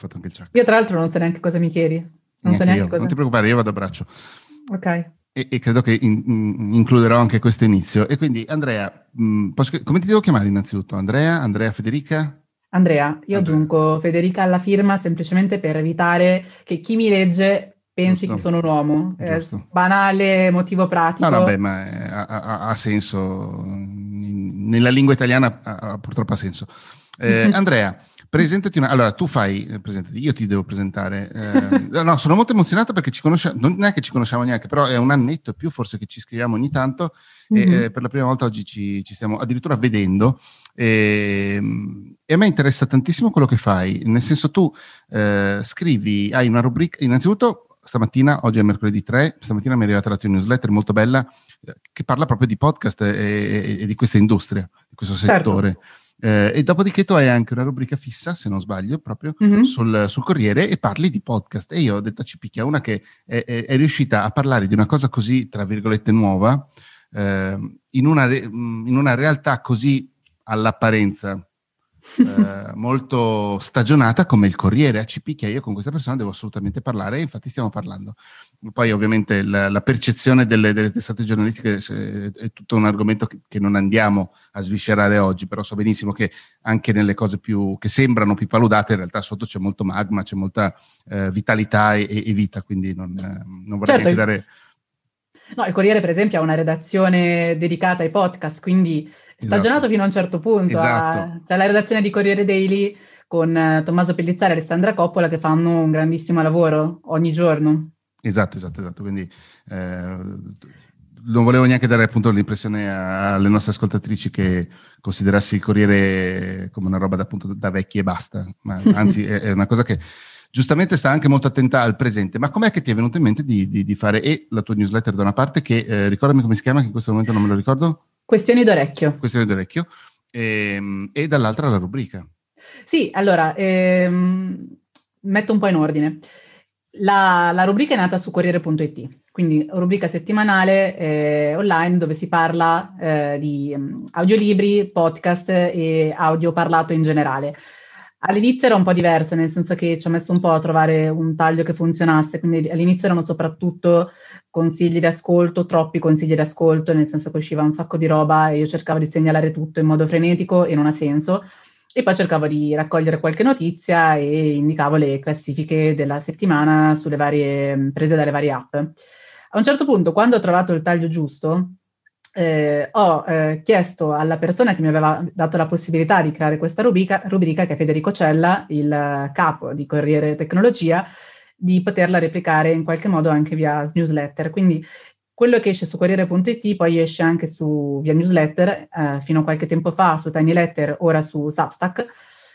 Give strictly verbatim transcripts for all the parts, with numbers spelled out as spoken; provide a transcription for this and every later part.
fatto anche il ciak. Io tra l'altro non so neanche cosa mi chiedi. Non neanche so neanche io. cosa. Non ti preoccupare, io vado a braccio. Ok. E, e credo che in, in, includerò anche questo inizio. E quindi Andrea, mh, posso, come ti devo chiamare innanzitutto? Andrea? Andrea Federica? Andrea, io Andrea. aggiungo Federica alla firma semplicemente per evitare che chi mi legge pensi Giusto. che sono un uomo. Eh, Giusto. banale, motivo No, pratico. no, beh, ma eh, ha, ha- ha senso. In- nella lingua italiana ha- ha- purtroppo ha senso. Eh, Andrea, presentati una... Allora, tu fai... eh, presentati, io ti devo presentare. Eh, no, sono molto emozionato perché ci conosciamo... Non è che ci conosciamo neanche, però è un annetto e più forse che ci scriviamo ogni tanto e Mhm. eh, per la prima volta oggi ci, ci stiamo addirittura vedendo. E, e a me interessa tantissimo quello che fai, nel senso tu eh, scrivi, hai una rubrica, innanzitutto stamattina, oggi è mercoledì tre, stamattina mi è arrivata la tua newsletter molto bella eh, che parla proprio di podcast e, e, e di questa industria, di questo settore. Certo. Eh, e dopodiché tu hai anche una rubrica fissa, se non sbaglio, proprio Mhm. sul, sul Corriere e parli di podcast. E io ho detto ci picchia una che è, è, è riuscita a parlare di una cosa così, tra virgolette, nuova, eh, in, una re- in una realtà così all'apparenza eh, molto stagionata come il Corriere. A ci picchia, io con questa persona devo assolutamente parlare e infatti stiamo parlando. Poi ovviamente la, la percezione delle, delle testate giornalistiche se, è tutto un argomento che, che non andiamo a sviscerare oggi, però so benissimo che anche nelle cose più che sembrano più paludate in realtà sotto c'è molto magma, c'è molta eh, vitalità e, e vita, quindi non, eh, non vorrei Certo, neanche il, dare... no, il Corriere per esempio ha una redazione dedicata ai podcast, quindi Esatto, stagionato fino a un certo punto. esatto. Ha- c'è la redazione di Corriere Daily con eh, Tommaso Pellizzari e Alessandra Coppola che fanno un grandissimo lavoro ogni giorno. Esatto, esatto, esatto. Quindi eh, non volevo neanche dare appunto l'impressione a- alle nostre ascoltatrici che considerassi il Corriere come una roba da, appunto, da vecchi e basta, ma anzi è, è una cosa che giustamente sta anche molto attenta al presente. Ma com'è che ti è venuto in mente di, di- di fare e la tua newsletter da una parte che, eh, ricordami come si chiama, che in questo momento non me lo ricordo, Questioni d'orecchio. questione d'orecchio, e, e dall'altra la rubrica. Sì, allora, ehm, metto un po' in ordine. La, la rubrica è nata su Corriere punto it, quindi rubrica settimanale eh, online dove si parla eh, di um, audiolibri, podcast e audio parlato in generale. All'inizio era un po' diverso, nel senso che ci ho messo un po' a trovare un taglio che funzionasse, quindi all'inizio erano soprattutto consigli di ascolto, troppi consigli di ascolto, nel senso che usciva un sacco di roba e io cercavo di segnalare tutto in modo frenetico e non ha senso. E poi cercavo di raccogliere qualche notizia e indicavo le classifiche della settimana sulle varie, prese dalle varie app. A un certo punto, quando ho trovato il taglio giusto, eh, ho eh, chiesto alla persona che mi aveva dato la possibilità di creare questa rubrica, rubrica, che è Federico Cella, il capo di Corriere Tecnologia, di poterla replicare in qualche modo anche via newsletter. Quindi quello che esce su Corriere punto it poi esce anche su via newsletter, eh, fino a qualche tempo fa su Tiny Letter, ora su Substack,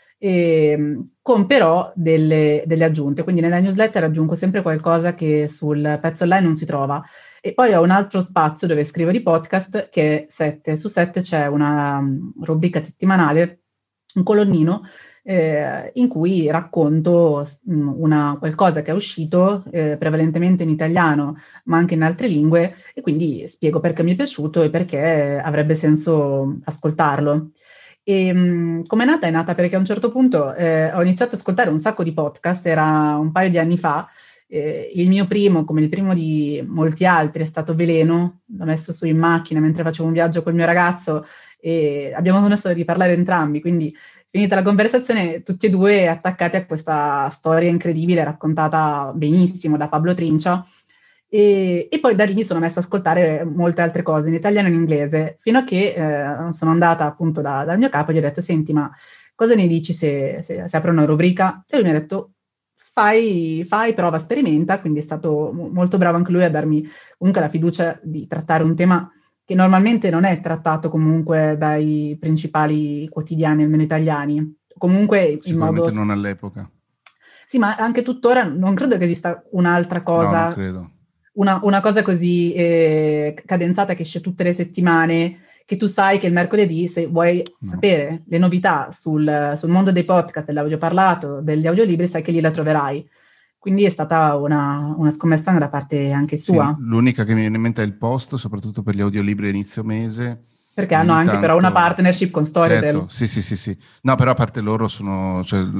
e, con però delle, delle aggiunte. Quindi nella newsletter aggiungo sempre qualcosa che sul pezzo online non si trova. E poi ho un altro spazio dove scrivo di podcast che è sette. Su sette c'è una um, rubrica settimanale, un colonnino, eh, in cui racconto mh, una, qualcosa che è uscito eh, prevalentemente in italiano, ma anche in altre lingue, e quindi spiego perché mi è piaciuto e perché avrebbe senso ascoltarlo. E mh, come è nata? È nata perché a un certo punto eh, ho iniziato ad ascoltare un sacco di podcast, era un paio di anni fa. Eh, il mio primo, come il primo di molti altri, è stato Veleno, l'ho messo su in macchina mentre facevo un viaggio col mio ragazzo e abbiamo smesso di parlare entrambi, quindi finita la conversazione, tutti e due attaccati a questa storia incredibile raccontata benissimo da Pablo Trincia. E, e poi da lì mi sono messa ad ascoltare molte altre cose in italiano e in inglese, fino a che eh, sono andata appunto da, dal mio capo e gli ho detto: senti, ma cosa ne dici se, se, se apro una rubrica? E lui mi ha detto: fai, fai, prova, sperimenta. Quindi è stato mo- molto bravo anche lui a darmi comunque la fiducia di trattare un tema che normalmente non è trattato comunque dai principali quotidiani, almeno italiani, comunque in modo... Sicuramente non all'epoca. Sì, ma anche tuttora non credo che esista un'altra No, non cosa, credo. una, una cosa così eh, cadenzata che esce tutte le settimane, che tu sai che il mercoledì, se vuoi No. sapere le novità sul, sul mondo dei podcast, dell'audio parlato, degli audiolibri, sai che lì la troverai. Quindi è stata una, una scommessa da parte anche Sì, sua, l'unica che mi viene in mente è il post, soprattutto per gli audiolibri a inizio mese, perché e hanno ogni anche però una tanto... partnership con Certo, Storytel. sì, sì, sì, sì. No, però a parte loro sono, cioè, non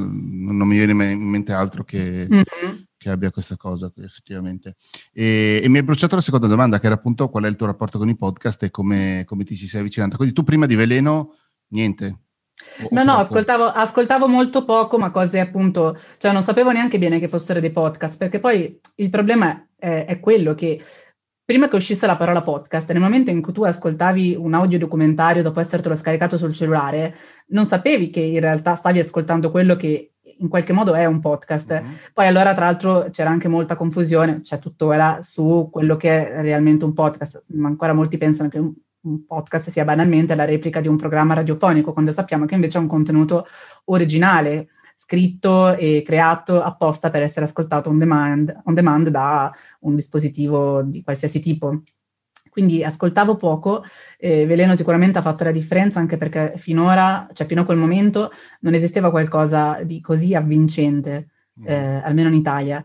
non mi viene in mente altro che, mm-hmm. che abbia questa cosa effettivamente. E, e mi è bruciato la seconda domanda, che era appunto qual è il tuo rapporto con i podcast e come, come ti ci sei avvicinata. Quindi tu prima di Veleno, niente? O, no, o no, ascoltavo, ascoltavo molto poco, ma cose appunto, cioè non sapevo neanche bene che fossero dei podcast, perché poi il problema è, è quello che prima che uscisse la parola podcast, nel momento in cui tu ascoltavi un audiodocumentario dopo essertelo scaricato sul cellulare, non sapevi che in realtà stavi ascoltando quello che in qualche modo è un podcast. Mm-hmm. Poi allora, tra l'altro, c'era anche molta confusione, c'è tuttora, su quello che è realmente un podcast, ma ancora molti pensano che un, un podcast sia banalmente la replica di un programma radiofonico, quando sappiamo che invece è un contenuto originale, scritto e creato apposta per essere ascoltato on demand, on demand da un dispositivo di qualsiasi tipo. Quindi ascoltavo poco, eh, Veleno sicuramente ha fatto la differenza, anche perché finora, cioè fino a quel momento, non esisteva qualcosa di così avvincente, eh, mm. almeno in Italia.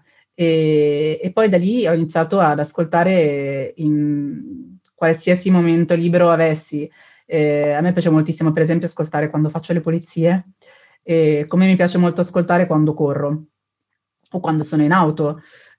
E, e poi da lì ho iniziato ad ascoltare in qualsiasi momento libero avessi. Eh, a me piace moltissimo, per esempio, ascoltare quando faccio le pulizie, e come mi piace molto ascoltare quando corro o quando sono in auto.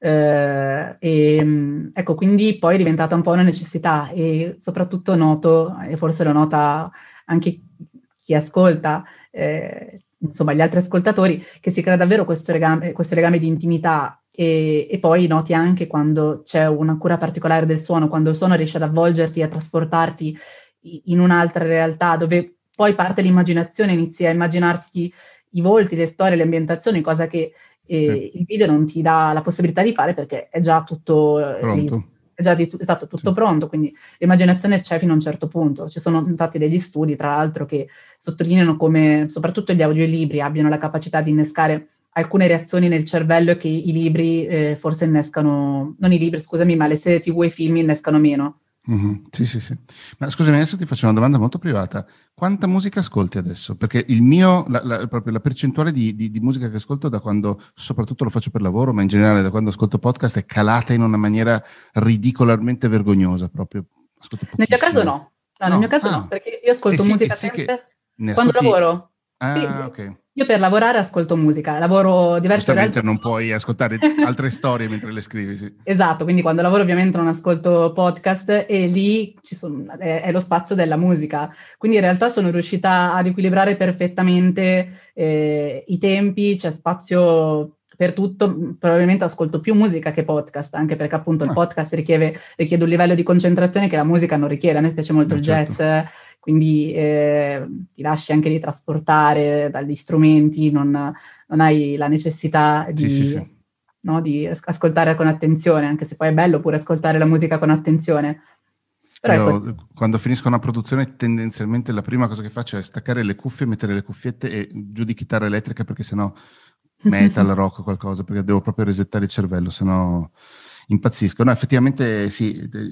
Eh, e, ecco, quindi poi è diventata un po' una necessità, e soprattutto noto, e forse lo nota anche chi ascolta, eh, insomma gli altri ascoltatori, che si crea davvero questo legame, questo legame di intimità, e, e poi noti anche quando c'è una cura particolare del suono, quando il suono riesce ad avvolgerti, a trasportarti in un'altra realtà, dove poi parte l'immaginazione, inizi a immaginarti i volti, le storie, le ambientazioni, cosa che e sì. il video non ti dà la possibilità di fare, perché è già tutto pronto. Lì, è già di, esatto, tutto sì. pronto, quindi l'immaginazione c'è fino a un certo punto. Ci sono infatti degli studi, tra l'altro, che sottolineano come soprattutto gli audiolibri abbiano la capacità di innescare alcune reazioni nel cervello, e che i libri eh, forse innescano, non i libri, scusami, ma le serie tivù e i film innescano meno. Mm-hmm. Sì, sì, sì. Ma scusami, adesso ti faccio una domanda molto privata. Quanta musica ascolti adesso? Perché il mio, la, la, proprio la percentuale di, di, di musica che ascolto da quando, soprattutto lo faccio per lavoro, ma in generale da quando ascolto podcast, è calata in una maniera ridicolarmente vergognosa, proprio. Ascolto nel mio caso no. No, no. Nel mio caso ah. no, perché io ascolto eh sì, musica sì sempre quando ascolti... lavoro. Ah, sì, ok. Io per lavorare ascolto musica, lavoro diverse ore. Giustamente non puoi ascoltare altre storie mentre le scrivi, sì. Esatto, quindi quando lavoro ovviamente non ascolto podcast, e lì ci sono, è, è lo spazio della musica. Quindi in realtà sono riuscita ad equilibrare perfettamente eh, i tempi, c'è spazio per tutto. Probabilmente ascolto più musica che podcast, anche perché appunto ah. il podcast richiede, richiede un livello di concentrazione che la musica non richiede. A me piace molto no, il certo. jazz, quindi eh, ti lasci anche di trasportare dagli strumenti, non, non hai la necessità di, sì, sì, sì. No, di ascoltare con attenzione, anche se poi è bello pure ascoltare la musica con attenzione. Però Io, ecco, quando finisco una produzione, tendenzialmente la prima cosa che faccio è staccare le cuffie, mettere le cuffiette e giù di chitarra elettrica, perché sennò metal, rock o qualcosa, perché devo proprio resettare il cervello, sennò impazzisco. No, effettivamente sì,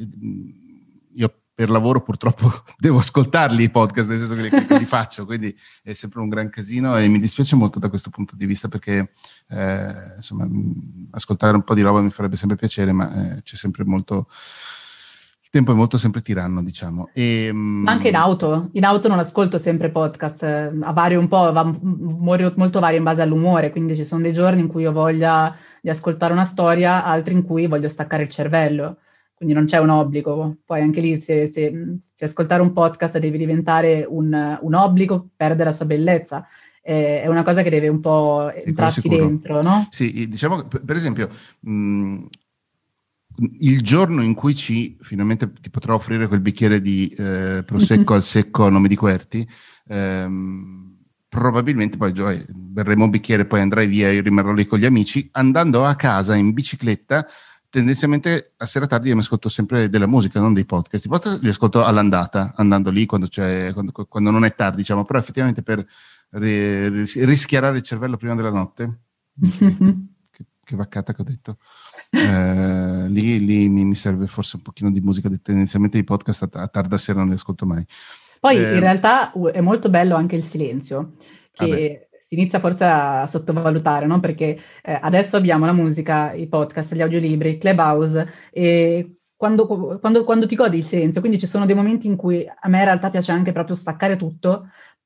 io per lavoro purtroppo devo ascoltarli i podcast, nel senso che li, che li faccio, quindi è sempre un gran casino, e mi dispiace molto da questo punto di vista, perché eh, insomma ascoltare un po' di roba mi farebbe sempre piacere, ma eh, c'è sempre molto, il tempo è molto sempre tiranno, diciamo. E, ma anche in auto, in auto non ascolto sempre podcast, eh, vario un po', va molto vario in base all'umore, quindi ci sono dei giorni in cui ho voglia di ascoltare una storia, altri in cui voglio staccare il cervello. Quindi non c'è un obbligo. Poi anche lì, se, se, se ascoltare un podcast deve diventare un, un obbligo, perde la sua bellezza. Eh, è una cosa che deve un po' entrarti dentro, no? Sì, diciamo che, per esempio, mh, il giorno in cui ci finalmente ti potrò offrire quel bicchiere di eh, prosecco al secco a nome di Querti, ehm, probabilmente poi Gioia, berremo un bicchiere, poi andrai via, io rimarrò lì con gli amici, andando a casa in bicicletta. Tendenzialmente a sera tardi io mi ascolto sempre della musica, non dei podcast. I podcast li ascolto all'andata, andando lì quando, c'è, quando, quando non è tardi, diciamo, però effettivamente per ri, rischiarare il cervello prima della notte, che, che vaccata che ho detto, eh, lì, lì mi, mi serve forse un pochino di musica, tendenzialmente i podcast a, a tarda sera non li ascolto mai. Poi eh, in realtà è molto bello anche il silenzio, che... si inizia forse a sottovalutare, no? Perché eh, adesso abbiamo la musica, i podcast, gli audiolibri, Clubhouse, e quando, quando, quando ti godi il silenzio, quindi ci sono dei momenti in cui a me in realtà piace anche proprio staccare tutto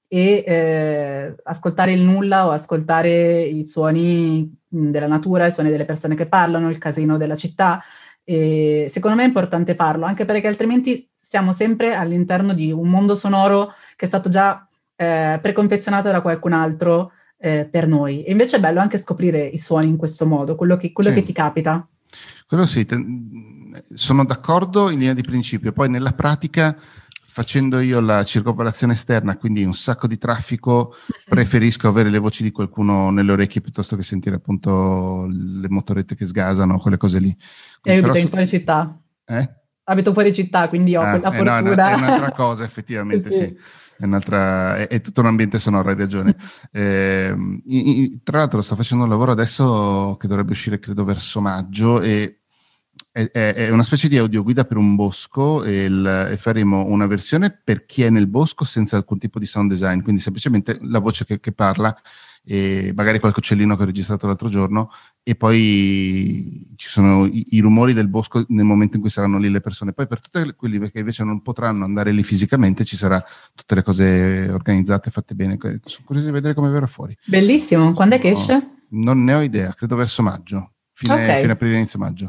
e eh, ascoltare il nulla o ascoltare i suoni della natura, i suoni delle persone che parlano, il casino della città. E secondo me è importante farlo, anche perché altrimenti siamo sempre all'interno di un mondo sonoro che è stato già eh, preconfezionato da qualcun altro eh, per noi. E invece è bello anche scoprire i suoni in questo modo, quello che, quello Sì. che ti capita. Quello sì, te, sono d'accordo in linea di principio, poi nella pratica, facendo io la circopolazione esterna, quindi un sacco di traffico, preferisco avere le voci di qualcuno nelle orecchie piuttosto che sentire appunto le motorette che sgasano, quelle cose lì. E io Però abito in su- fuori città. Eh? Abito fuori città, quindi ho Ah, quella eh no, è, una- fortuna. è un'altra cosa, effettivamente, sì. Sì. È, un'altra, è, è tutto un ambiente sonoro, hai ragione. Eh, i- i- tra l'altro sto facendo un lavoro adesso che dovrebbe uscire, credo, verso maggio, e è, è- è una specie di audioguida per un bosco, e, il- e faremo una versione per chi è nel bosco senza alcun tipo di sound design, quindi semplicemente la voce che, che parla, e magari qualche uccellino che ho registrato l'altro giorno, e poi ci sono i, i rumori del bosco nel momento in cui saranno lì le persone. Poi per tutti quelli che invece non potranno andare lì fisicamente ci sarà tutte le cose organizzate, fatte bene. Sono curioso di vedere come verrà fuori. Bellissimo, quando è che Sono- esce? Non ne ho idea, credo verso maggio, fine, Ok. fine aprile, inizio maggio.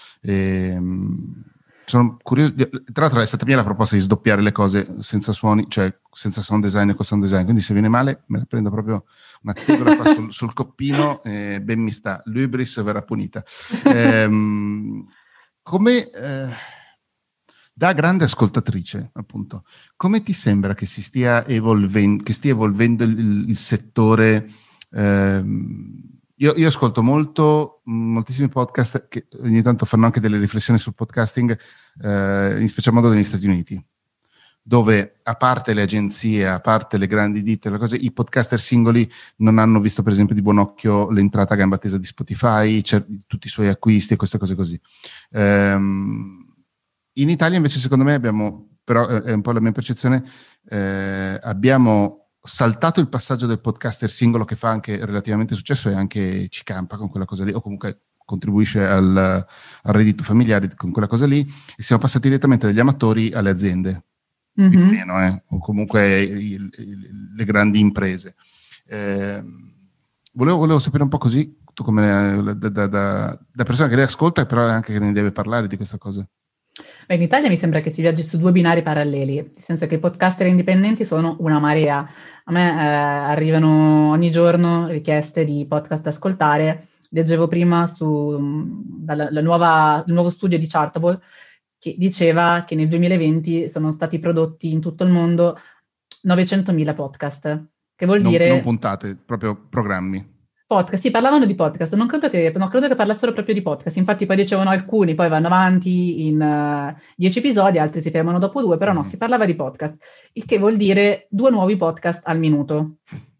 Ehm, sono curioso. Tra l'altro è stata mia la proposta di sdoppiare le cose senza suoni, cioè senza sound design e con sound design, quindi se viene male me la prendo proprio una tegola qua sul, sul coppino, e ben mi sta, l'Hybris verrà punita. Ehm, come eh, da grande ascoltatrice, appunto, come ti sembra che si stia evolvendo, che stia evolvendo il, il settore? ehm, io, io ascolto molto, moltissimi podcast che ogni tanto fanno anche delle riflessioni sul podcasting, eh, in special modo negli Stati Uniti, dove a parte le agenzie, a parte le grandi ditte, le cose, i podcaster singoli non hanno visto per esempio di buon occhio l'entrata a gamba tesa di Spotify, cer- tutti i suoi acquisti e queste cose così. Ehm, in Italia invece secondo me abbiamo, però è un po' la mia percezione, eh, abbiamo saltato il passaggio del podcaster singolo, che fa anche relativamente successo e anche ci campa con quella cosa lì, o comunque contribuisce al, al reddito familiare con quella cosa lì, e siamo passati direttamente dagli amatori alle aziende, più o Mhm. meno, eh, o comunque il, il, le grandi imprese. Eh, volevo, volevo sapere un po' così, tu come da, da, da, da persona che le ascolta, però anche che ne deve parlare di questa cosa. Beh, in Italia mi sembra che si viaggi su due binari paralleli, nel senso che i podcaster indipendenti sono una marea. A me eh, arrivano ogni giorno richieste di podcast da ascoltare. Leggevo prima su mh, dalla, la nuova, il nuovo studio di Chartable che diceva che nel duemilaventi sono stati prodotti in tutto il mondo novecentomila podcast, che vuol Non, non dire puntate, proprio programmi. podcast. Sì, parlavano di podcast, non credo che, no, credo che parlassero proprio di podcast, infatti poi dicevano alcuni, poi vanno avanti in uh, dieci episodi, altri si fermano dopo due, però no, Mm-hmm. si parlava di podcast, il che vuol dire due nuovi podcast al minuto.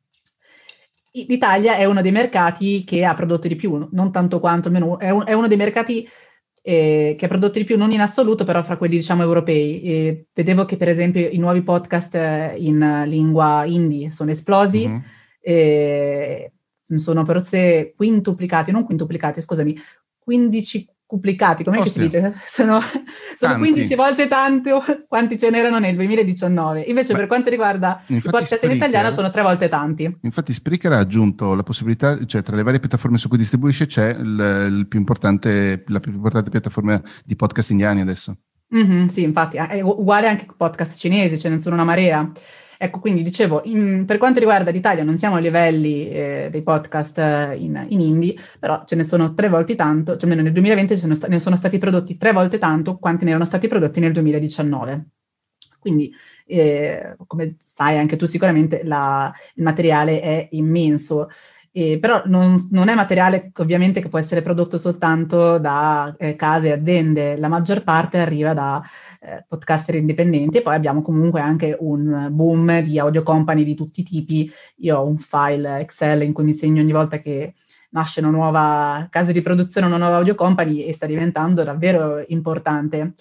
L'Italia è uno dei mercati che ha prodotto di più, non tanto quanto, almeno è, un, è uno dei mercati eh, che ha prodotto di più, non in assoluto, però fra quelli diciamo europei. E vedevo che per esempio i nuovi podcast eh, in lingua hindi sono esplosi, Mm-hmm. eh, sono forse quintuplicati, non quintuplicati, scusami, quindicuplicati, com'è che si Ostia, dice? Sono, sono tanti. quindici volte tanto quanti ce n'erano nel duemiladiciannove. Invece Beh, per quanto riguarda i podcast Spreaker, in italiano sono tre volte tanti. Infatti Spreaker ha aggiunto la possibilità, cioè tra le varie piattaforme su cui distribuisce c'è il, il più importante, la più importante piattaforma di podcast indiani adesso. Mm-hmm, sì, infatti è uguale anche con podcast cinesi, ce ne sono una marea. Ecco, quindi dicevo, in, per quanto riguarda l'Italia non siamo a livelli eh, dei podcast eh, in, in indie, però ce ne sono tre volte tanto, cioè almeno nel duemilaventi ce ne, sta- ne sono stati prodotti tre volte tanto quanti ne erano stati prodotti nel duemiladiciannove. Quindi, eh, come sai anche tu sicuramente, la, il materiale è immenso. Eh, però non, non è materiale che, ovviamente che può essere prodotto soltanto da eh, case e aziende, la maggior parte arriva da eh, podcaster indipendenti, e poi abbiamo comunque anche un boom di audio company di tutti i tipi. Io ho un file Excel in cui mi segno ogni volta che nasce una nuova casa di produzione, una nuova audio company, e sta diventando davvero importante.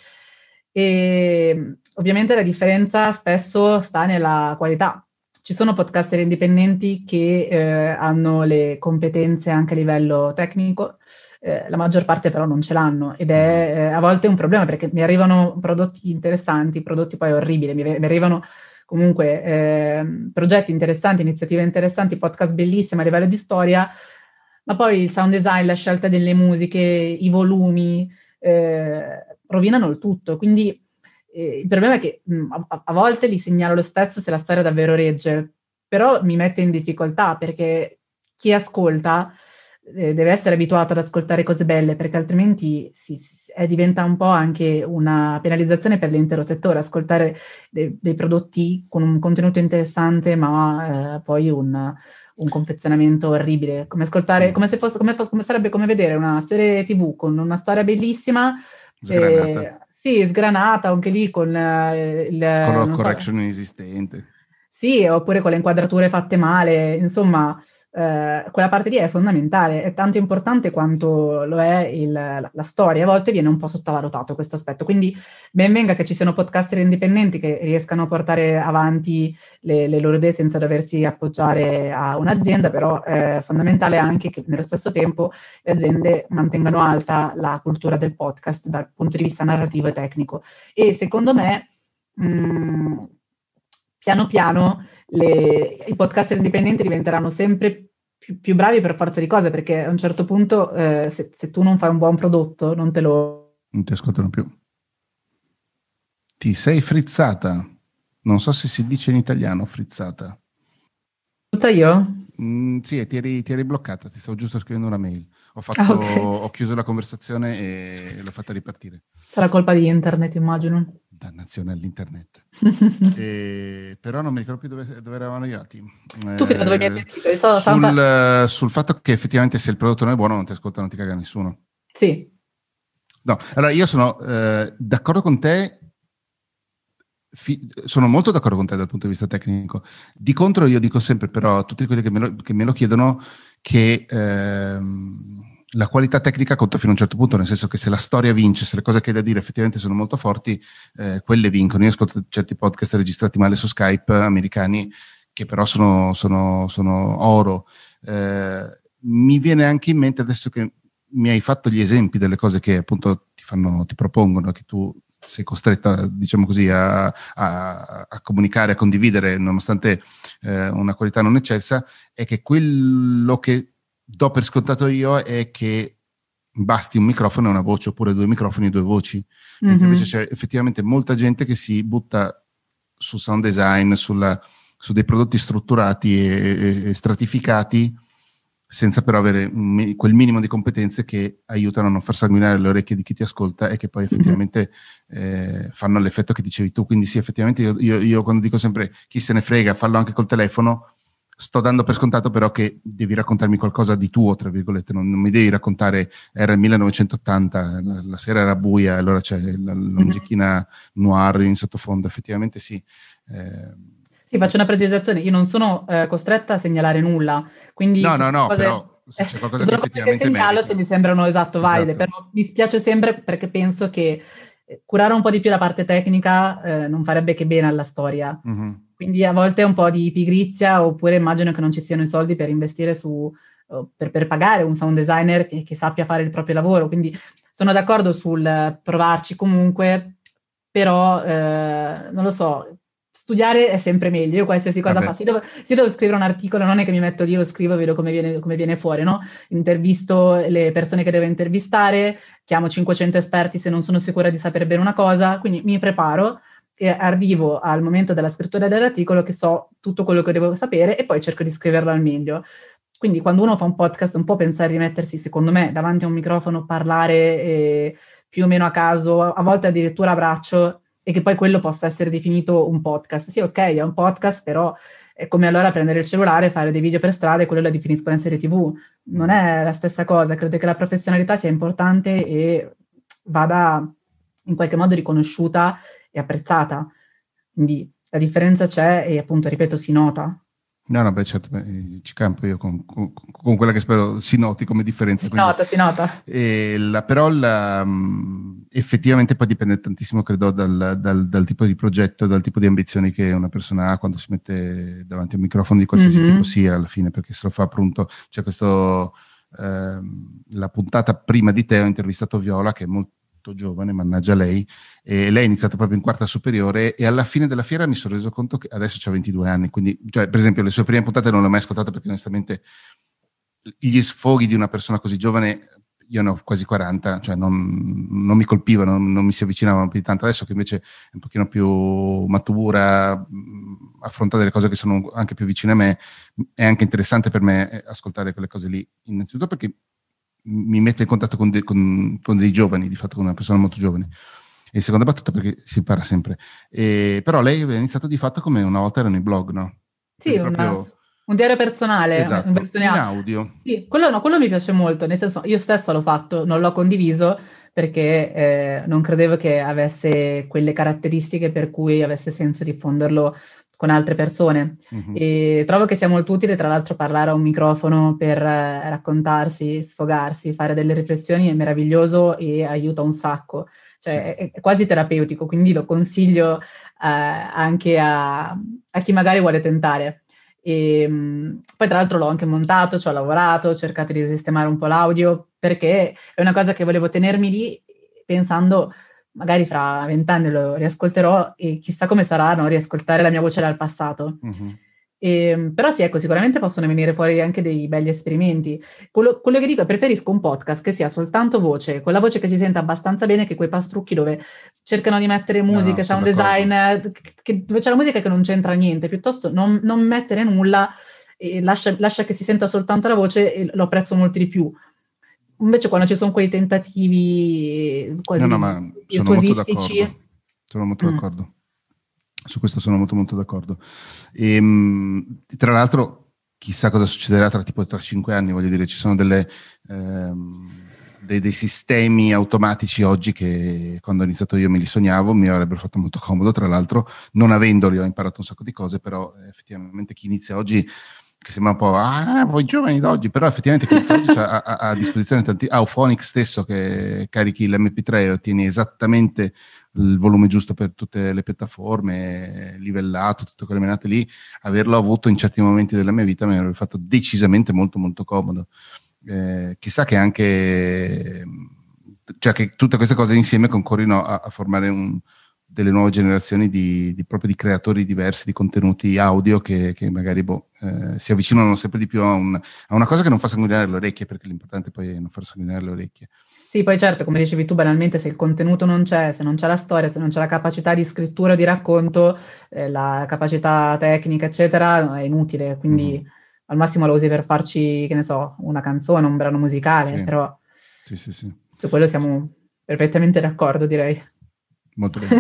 E ovviamente la differenza spesso sta nella qualità. Ci sono podcaster indipendenti che eh, hanno le competenze anche a livello tecnico, eh, la maggior parte però non ce l'hanno, ed è eh, a volte un problema, perché mi arrivano prodotti interessanti, prodotti poi orribili, mi, mi arrivano comunque eh, progetti interessanti, iniziative interessanti, podcast bellissimi a livello di storia, ma poi il sound design, la scelta delle musiche, i volumi, eh, rovinano il tutto. Quindi eh, il problema è che mh, a, a volte li segnalo lo stesso se la storia davvero regge, però mi mette in difficoltà perché chi ascolta eh, deve essere abituato ad ascoltare cose belle, perché altrimenti si, si, eh, diventa un po' anche una penalizzazione per l'intero settore, ascoltare dei, dei prodotti con un contenuto interessante, ma eh, poi un, un confezionamento orribile, come ascoltare, come se fosse, come fosse, come sarebbe come vedere una serie tivù con una storia bellissima, Sgranata. eh, sì, sgranata, anche lì con eh, il Color non so, correction inesistente. sì, oppure con le inquadrature fatte male, insomma, eh, quella parte lì è fondamentale, è tanto importante quanto lo è il, la, la storia, a volte viene un po' sottovalutato questo aspetto, quindi ben venga che ci siano podcaster indipendenti che riescano a portare avanti le, le loro idee senza doversi appoggiare a un'azienda, però è fondamentale anche che nello stesso tempo le aziende mantengano alta la cultura del podcast dal punto di vista narrativo e tecnico. E secondo me, mh, piano piano le, i podcaster indipendenti diventeranno sempre più, più bravi per forza di cose, perché a un certo punto eh, se, se tu non fai un buon prodotto non te lo... Non ti ascoltano più. Ti sei frizzata. Non so se si dice in italiano frizzata. Tutta io? Mm, sì, ti eri, ti eri bloccata, ti stavo giusto scrivendo una mail. Ho, fatto, Ah, okay. ho chiuso la conversazione e l'ho fatta ripartire. Sarà colpa di internet, immagino. Dannazione all'internet. E, però non mi ricordo più dove, dove eravamo arrivati. Tu fino a dove mi hai Eh, detto? Sul, sul, sul fatto che effettivamente se il prodotto non è buono non ti ascolta, non ti caga nessuno. Sì. No, allora io sono eh, d'accordo con te. Fi- sono molto d'accordo con te dal punto di vista tecnico. Di contro io dico sempre però a tutti quelli che me lo, che me lo chiedono che ehm, la qualità tecnica conta fino a un certo punto, nel senso che se la storia vince, se le cose che hai da dire effettivamente sono molto forti, eh, quelle vincono. Io ascolto certi podcast registrati male su Skype americani che però sono, sono, sono oro. Eh, mi viene anche in mente adesso che mi hai fatto gli esempi delle cose che appunto ti fanno, ti propongono, che tu sei costretta, diciamo così, a, a, a comunicare, a condividere, nonostante eh, una qualità non eccessa, è che quello che do per scontato io è che basti un microfono e una voce, oppure due microfoni e due voci. Mentre Mm-hmm. invece c'è effettivamente molta gente che si butta su sound design, sulla, su dei prodotti strutturati e, e, e stratificati, senza però avere un, quel minimo di competenze che aiutano a non far sanguinare le orecchie di chi ti ascolta e che poi effettivamente eh, fanno l'effetto che dicevi tu. Quindi sì, effettivamente io, io, io quando dico sempre chi se ne frega, fallo anche col telefono, sto dando per scontato però che devi raccontarmi qualcosa di tuo, tra virgolette, non, non mi devi raccontare era il millenovecentottanta, la, la sera era buia, allora c'è la longicchina noir in sottofondo, effettivamente sì. Eh, Sì, faccio una precisazione, io non sono eh, costretta a segnalare nulla, quindi no, ci no, sono no, cose, però se eh, c'è ci qualcosa che sono cose che effettivamente segnalo meriti. se mi sembrano esatto valide, Esatto. però mi spiace sempre perché penso che eh, curare un po' di più la parte tecnica eh, non farebbe che bene alla storia. Mm-hmm. Quindi a volte è un po' di pigrizia, oppure immagino che non ci siano i soldi per investire su, uh, per, per pagare un sound designer che, che sappia fare il proprio lavoro. Quindi sono d'accordo sul provarci comunque, però eh, non lo so, studiare è sempre meglio. Io qualsiasi cosa Vabbè. faccio, se devo, se devo scrivere un articolo, non è che mi metto lì, lo scrivo e vedo come viene, come viene fuori, no? Intervisto le persone che devo intervistare, chiamo cinquecento esperti se non sono sicura di sapere bene una cosa, quindi mi preparo e arrivo al momento della scrittura dell'articolo che so tutto quello che devo sapere e poi cerco di scriverlo al meglio. Quindi quando uno fa un podcast non può pensare di mettersi, secondo me, davanti a un microfono, parlare eh, più o meno a caso, a volte addirittura a braccio, e che poi quello possa essere definito un podcast. Sì, ok, è un podcast, però è come allora prendere il cellulare, fare dei video per strada e quello la definiscono in serie tivù. Non è la stessa cosa, credo che la professionalità sia importante e vada in qualche modo riconosciuta e apprezzata. Quindi la differenza c'è e appunto, ripeto, si nota. No, no, beh, certo, beh, ci campo io con, con, con quella che spero si noti come differenza. Si Quindi, nota, si nota. e la, però la, mh, effettivamente poi dipende tantissimo, credo, dal, dal, dal tipo di progetto, dal tipo di ambizioni che una persona ha quando si mette davanti a un microfono di qualsiasi Mm-hmm. tipo sia, alla fine, perché se lo fa appunto, c'è questo, ehm, la puntata prima di te ho intervistato Viola, che è molto molto giovane, mannaggia lei, e lei ha iniziato proprio in quarta superiore e alla fine della fiera mi sono reso conto che adesso c'ha ventidue anni, quindi, cioè, per esempio, le sue prime puntate non le ho mai ascoltate perché onestamente gli sfoghi di una persona così giovane, io ne ho quasi quaranta, cioè non, non mi colpivano, non, non mi si avvicinavano più di tanto. Adesso che invece è un pochino più matura, mh, affronta delle cose che sono anche più vicine a me, è anche interessante per me ascoltare quelle cose lì, innanzitutto perché mi mette in contatto con, de, con, con dei giovani, di fatto con una persona molto giovane, e seconda battuta perché si impara sempre. E, però lei aveva iniziato di fatto come una volta erano i blog, no? Sì, Quindi una- proprio, un diario personale, in esatto, versione in A. audio. Sì, quello, no, quello mi piace molto, nel senso io stessa l'ho fatto, non l'ho condiviso perché eh, non credevo che avesse quelle caratteristiche per cui avesse senso diffonderlo con altre persone. Mhm. E trovo che sia molto utile, tra l'altro, parlare a un microfono per eh, raccontarsi, sfogarsi, fare delle riflessioni è meraviglioso e aiuta un sacco. Sì. Cioè, è, è quasi terapeutico, quindi lo consiglio eh, anche a, a chi magari vuole tentare. E, mh, poi tra l'altro l'ho anche montato, ci ho lavorato, ho cercato di sistemare un po' l'audio perché è una cosa che volevo tenermi lì pensando magari fra vent'anni lo riascolterò e chissà come sarà, no, riascoltare la mia voce dal passato. Mhm. E, però sì, ecco, sicuramente possono venire fuori anche dei belli esperimenti. Quello, quello che dico è preferisco un podcast che sia soltanto voce, con la voce che si sente abbastanza bene, che quei pastrucchi dove cercano di mettere No, no, musica, sono sound d'accordo. design, eh, che- dove c'è la musica che non c'entra niente, piuttosto non, non mettere nulla e lascia, lascia che si senta soltanto la voce e lo apprezzo molto di più. Invece quando ci sono quei tentativi No, no, quasi ma sono molto virtuosistici, d'accordo. Sono molto mm, d'accordo. Su questo sono molto molto d'accordo. E, mh, tra l'altro, chissà cosa succederà tra tipo tra cinque anni, voglio dire, ci sono delle, ehm, dei, dei sistemi automatici oggi che quando ho iniziato io me li sognavo, mi avrebbero fatto molto comodo, tra l'altro, non avendoli ho imparato un sacco di cose, però eh, effettivamente chi inizia oggi, che sembra un po', ah, voi giovani d'oggi, però effettivamente chi inizia oggi ha a, a disposizione tanti, Auphonic stesso che carichi l'emme pi tre e ottieni esattamente il volume giusto per tutte le piattaforme, livellato, tutte quelle menate lì, averlo avuto in certi momenti della mia vita mi avrebbe fatto decisamente molto molto comodo. Eh, chissà che anche, cioè che tutte queste cose insieme concorrino a, a formare un, delle nuove generazioni di, di proprio di creatori diversi di contenuti audio che, che magari boh, eh, si avvicinano sempre di più a, un, a una cosa che non fa sanguinare le orecchie, perché l'importante poi è non far sanguinare le orecchie. sì, poi certo, come dicevi tu, banalmente, se il contenuto non c'è, se non c'è la storia, se non c'è la capacità di scrittura o di racconto, eh, la capacità tecnica, eccetera, è inutile. Mm-hmm. Quindi al massimo lo usi per farci, che ne so, una canzone, un brano musicale, Sì, però sì, sì, sì. su quello siamo perfettamente d'accordo, direi. Molto bene.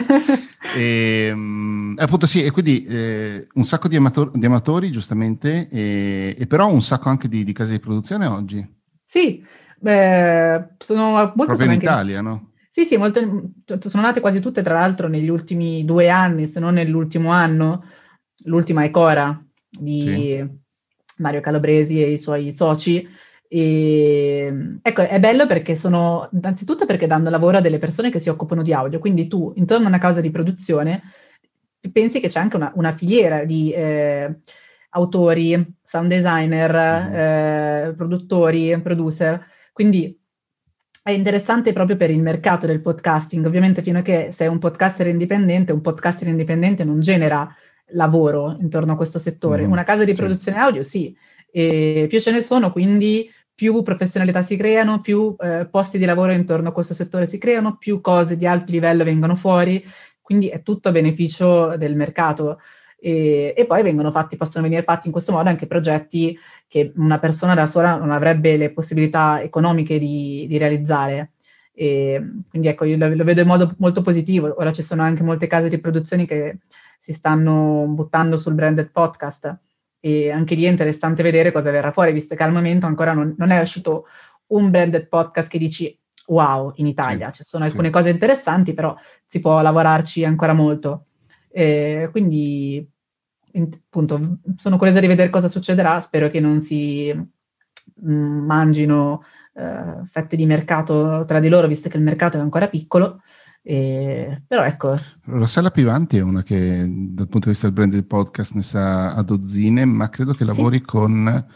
E, mh, appunto sì, e quindi eh, un sacco di, amator- di amatori, giustamente, e, e però un sacco anche di, di case di produzione oggi, Sì, beh, sono, molte proprio sono in anche... Italia, no? Sì, sì, molte, sono nate quasi tutte, tra l'altro, negli ultimi due anni, se non nell'ultimo anno. L'ultima è Cora, Sì. di Mario Calabresi e i suoi soci. E, ecco, è bello perché sono, innanzitutto perché danno lavoro a delle persone che si occupano di audio, quindi tu, intorno a una casa di produzione, pensi che c'è anche una, una filiera di eh, autori, sound designer, Mhm. eh, produttori, producer, quindi è interessante proprio per il mercato del podcasting. Ovviamente, fino a che sei un podcaster indipendente, un podcaster indipendente non genera lavoro intorno a questo settore. Mhm. Una casa di Sì, produzione audio, sì, e più ce ne sono, quindi più professionalità si creano, più eh, posti di lavoro intorno a questo settore si creano, più cose di alto livello vengono fuori, quindi è tutto a beneficio del mercato. E, e poi vengono fatti, possono venire fatti in questo modo anche progetti che una persona da sola non avrebbe le possibilità economiche di, di realizzare. E quindi ecco, io lo, lo vedo in modo molto positivo. Ora ci sono anche molte case di produzioni che si stanno buttando sul branded podcast e anche lì è interessante vedere cosa verrà fuori, visto che al momento ancora non, non è uscito un branded podcast che dici wow in sì, Italia. Ci sono sì. alcune cose interessanti, però si può lavorarci ancora molto. Eh, quindi in- appunto sono curiosa di vedere cosa succederà, spero che non si mh, mangino eh, fette di mercato tra di loro, visto che il mercato è ancora piccolo. E, però ecco, Rossella Pivanti è una che dal punto di vista del brand del podcast ne sa a dozzine, ma credo che sì, lavori con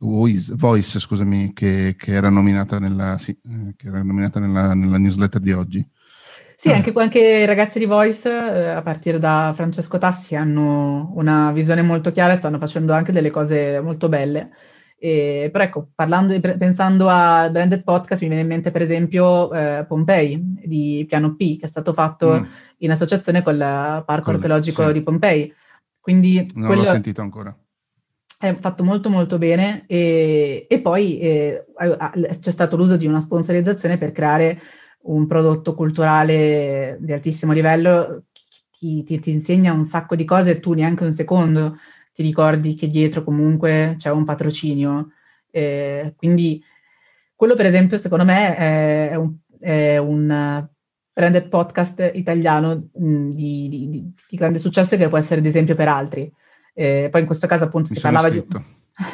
Voice, Voice scusami, che, che era nominata nella, sì, eh, che era nominata nella, nella newsletter di oggi. Sì, anche, anche i ragazzi di Voice, eh, a partire da Francesco Tassi, hanno una visione molto chiara e stanno facendo anche delle cose molto belle. E, però ecco, parlando, pensando a branded podcast, mi viene in mente per esempio eh, Pompei di Piano P, che è stato fatto Mm, in associazione col Parco col- Archeologico sì, di Pompei. Quindi non l'ho quello sentito ancora. è fatto molto molto bene e, e poi eh, c'è stato l'uso di una sponsorizzazione per creare un prodotto culturale di altissimo livello, ti, ti, ti insegna un sacco di cose e tu neanche un secondo ti ricordi che dietro comunque c'è un patrocinio. Eh, quindi quello per esempio secondo me è, è un, è un branded podcast italiano mh, di, di, di, di grande successo che può essere ad esempio per altri. Eh, poi in questo caso appunto Mi si sono parlava di... iscritto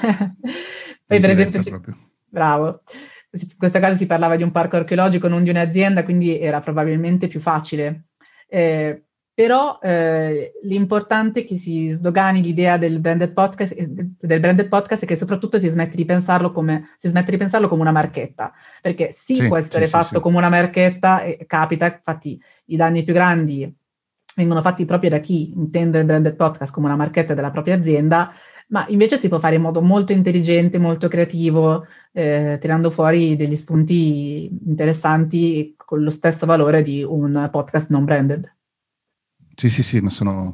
Poi in per esempio, diretta si... proprio. bravo, in questo caso si parlava di un parco archeologico, non di un'azienda, quindi era probabilmente più facile. Eh, però eh, l'importante è che si sdogani l'idea del branded podcast, del branded podcast e che soprattutto si smette di pensarlo come, si smette di pensarlo come una marchetta, perché sì, può Sì, sì, essere sì, fatto sì. come una marchetta, e capita, infatti i danni più grandi vengono fatti proprio da chi intende il branded podcast come una marchetta della propria azienda, ma invece si può fare in modo molto intelligente, molto creativo, eh, tirando fuori degli spunti interessanti con lo stesso valore di un podcast non branded. Sì, sì, sì, ma sono,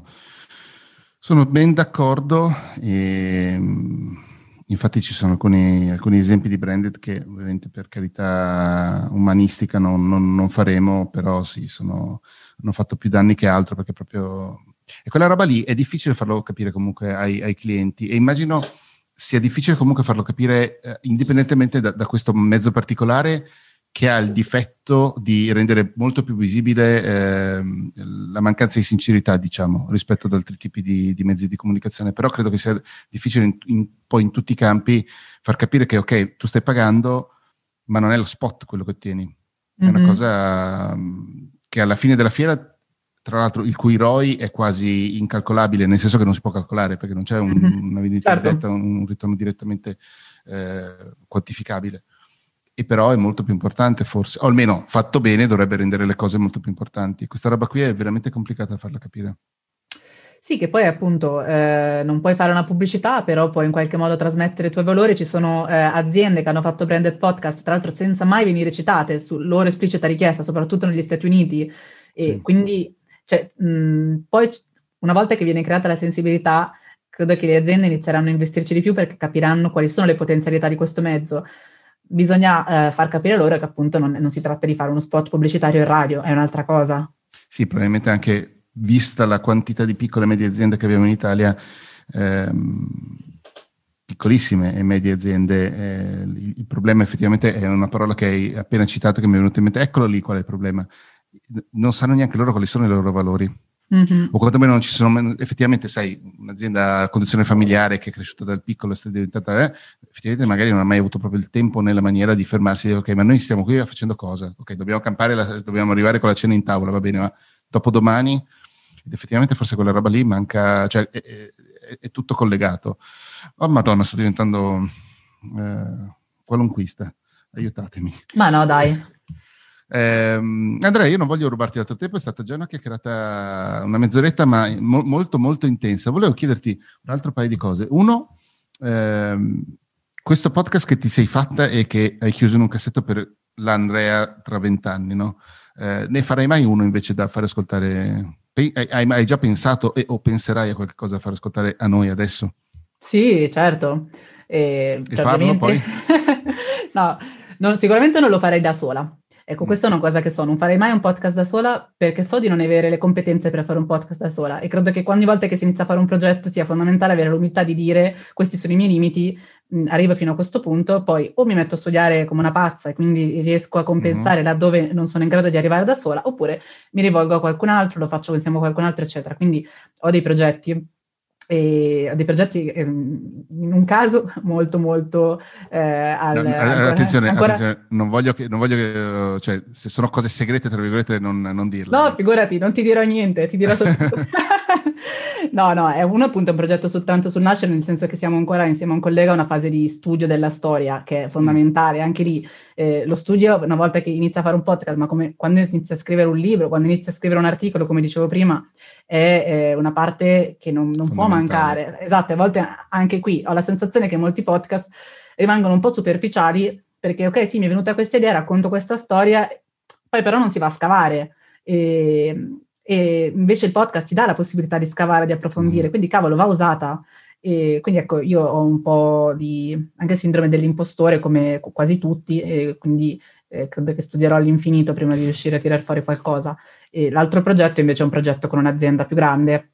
sono ben d'accordo. E, mh, infatti ci sono alcuni, alcuni esempi di branded che ovviamente per carità umanistica non, non- non faremo, però sì, sono, hanno fatto più danni che altro perché proprio... E quella roba lì è difficile farlo capire comunque ai, ai clienti e immagino sia difficile comunque farlo capire eh, indipendentemente da, da questo mezzo particolare che ha il difetto di rendere molto più visibile ehm, la mancanza di sincerità, diciamo, rispetto ad altri tipi di, di mezzi di comunicazione. Però credo che sia difficile in, in, poi in tutti i campi far capire che, ok, tu stai pagando, ma non è lo spot quello che ottieni. È una Mm-hmm. cosa um, che alla fine della fiera, tra l'altro, il cui R O I è quasi incalcolabile, nel senso che non si può calcolare, perché non c'è un, Mm-hmm. una vendita Certo. diretta, un, un ritorno direttamente eh, quantificabile. E però è molto più importante forse, o almeno fatto bene dovrebbe rendere le cose molto più importanti. Questa roba qui è veramente complicata da farla capire. Sì, che poi appunto eh, non puoi fare una pubblicità, però puoi in qualche modo trasmettere i tuoi valori. Ci sono eh, aziende che hanno fatto branded podcast, tra l'altro senza mai venire citate, su loro esplicita richiesta, soprattutto negli Stati Uniti. E Sì. quindi, cioè, mh, poi una volta che viene creata la sensibilità, credo che le aziende inizieranno a investirci di più perché capiranno quali sono le potenzialità di questo mezzo. Bisogna eh, far capire loro che appunto non, non si tratta di fare uno spot pubblicitario in radio, è un'altra cosa. Sì, probabilmente anche vista la quantità di piccole e medie aziende che abbiamo in Italia, ehm, piccolissime e medie aziende, eh, il, il problema effettivamente è una parola che hai appena citato che mi è venuta in mente, eccolo lì qual è il problema. Non sanno neanche loro quali sono i loro valori. Mm-hmm. O quantomeno non ci sono, effettivamente sai, un'azienda a conduzione familiare che è cresciuta dal piccolo è diventata, eh, effettivamente magari non ha mai avuto proprio il tempo né la maniera di fermarsi e dire ok, ma noi stiamo qui facendo cosa? Ok, dobbiamo campare, la, dobbiamo arrivare con la cena in tavola, va bene, ma dopodomani, ed effettivamente forse quella roba lì manca, cioè è, è, è tutto collegato. Oh madonna, sto diventando eh, qualunquista, aiutatemi. Ma no, dai. Eh, Andrea, io non voglio rubarti altro tempo, è stata già una chiacchierata, una mezz'oretta, ma mo- molto molto intensa. Volevo chiederti un altro paio di cose. Uno, ehm, questo podcast che ti sei fatta e che hai chiuso in un cassetto per l'Andrea tra vent'anni, no? Eh, ne farai mai uno invece da fare ascoltare? Hai, hai, hai già pensato e, o penserai a qualche cosa da fare ascoltare a noi adesso? Sì, certo. E, E cioè, farlo ovviamente, poi? no, non- sicuramente non lo farei da sola. Ecco, Mm. questa è una cosa che so, non farei mai un podcast da sola perché so di non avere le competenze per fare un podcast da sola e credo che ogni volta che si inizia a fare un progetto sia fondamentale avere l'umiltà di dire questi sono i miei limiti, mh, arrivo fino a questo punto, poi o mi metto a studiare come una pazza e quindi riesco a compensare Mm-hmm. laddove non sono in grado di arrivare da sola, oppure mi rivolgo a qualcun altro, lo faccio insieme a qualcun altro, eccetera. Quindi ho dei progetti. E ho dei progetti ehm, in un caso molto molto eh, al, No, no, ancora, attenzione, ancora attenzione, non voglio che, non voglio che, cioè, se sono cose segrete, tra virgolette, non, non dirle. no, Eh. figurati, non ti dirò niente, ti dirò soltanto No, no, è uno appunto un progetto soltanto sul nascere, nel senso che siamo ancora insieme a un collega a una fase di studio della storia, che è fondamentale. Anche lì eh, lo studio, una volta che inizia a fare un podcast, ma come quando inizia a scrivere un libro, quando inizia a scrivere un articolo, come dicevo prima, è eh, una parte che non, non può mancare. Esatto, a volte anche qui ho la sensazione che molti podcast rimangono un po' superficiali, perché ok, sì, mi è venuta questa idea, racconto questa storia, poi però non si va a scavare. E, e invece il podcast ti dà la possibilità di scavare, di approfondire, mm. quindi cavolo, va usata. E quindi ecco, io ho un po' di anche sindrome dell'impostore come quasi tutti, e quindi eh, credo che studierò all'infinito prima di riuscire a tirar fuori qualcosa. E l'altro progetto invece è un progetto con un'azienda più grande,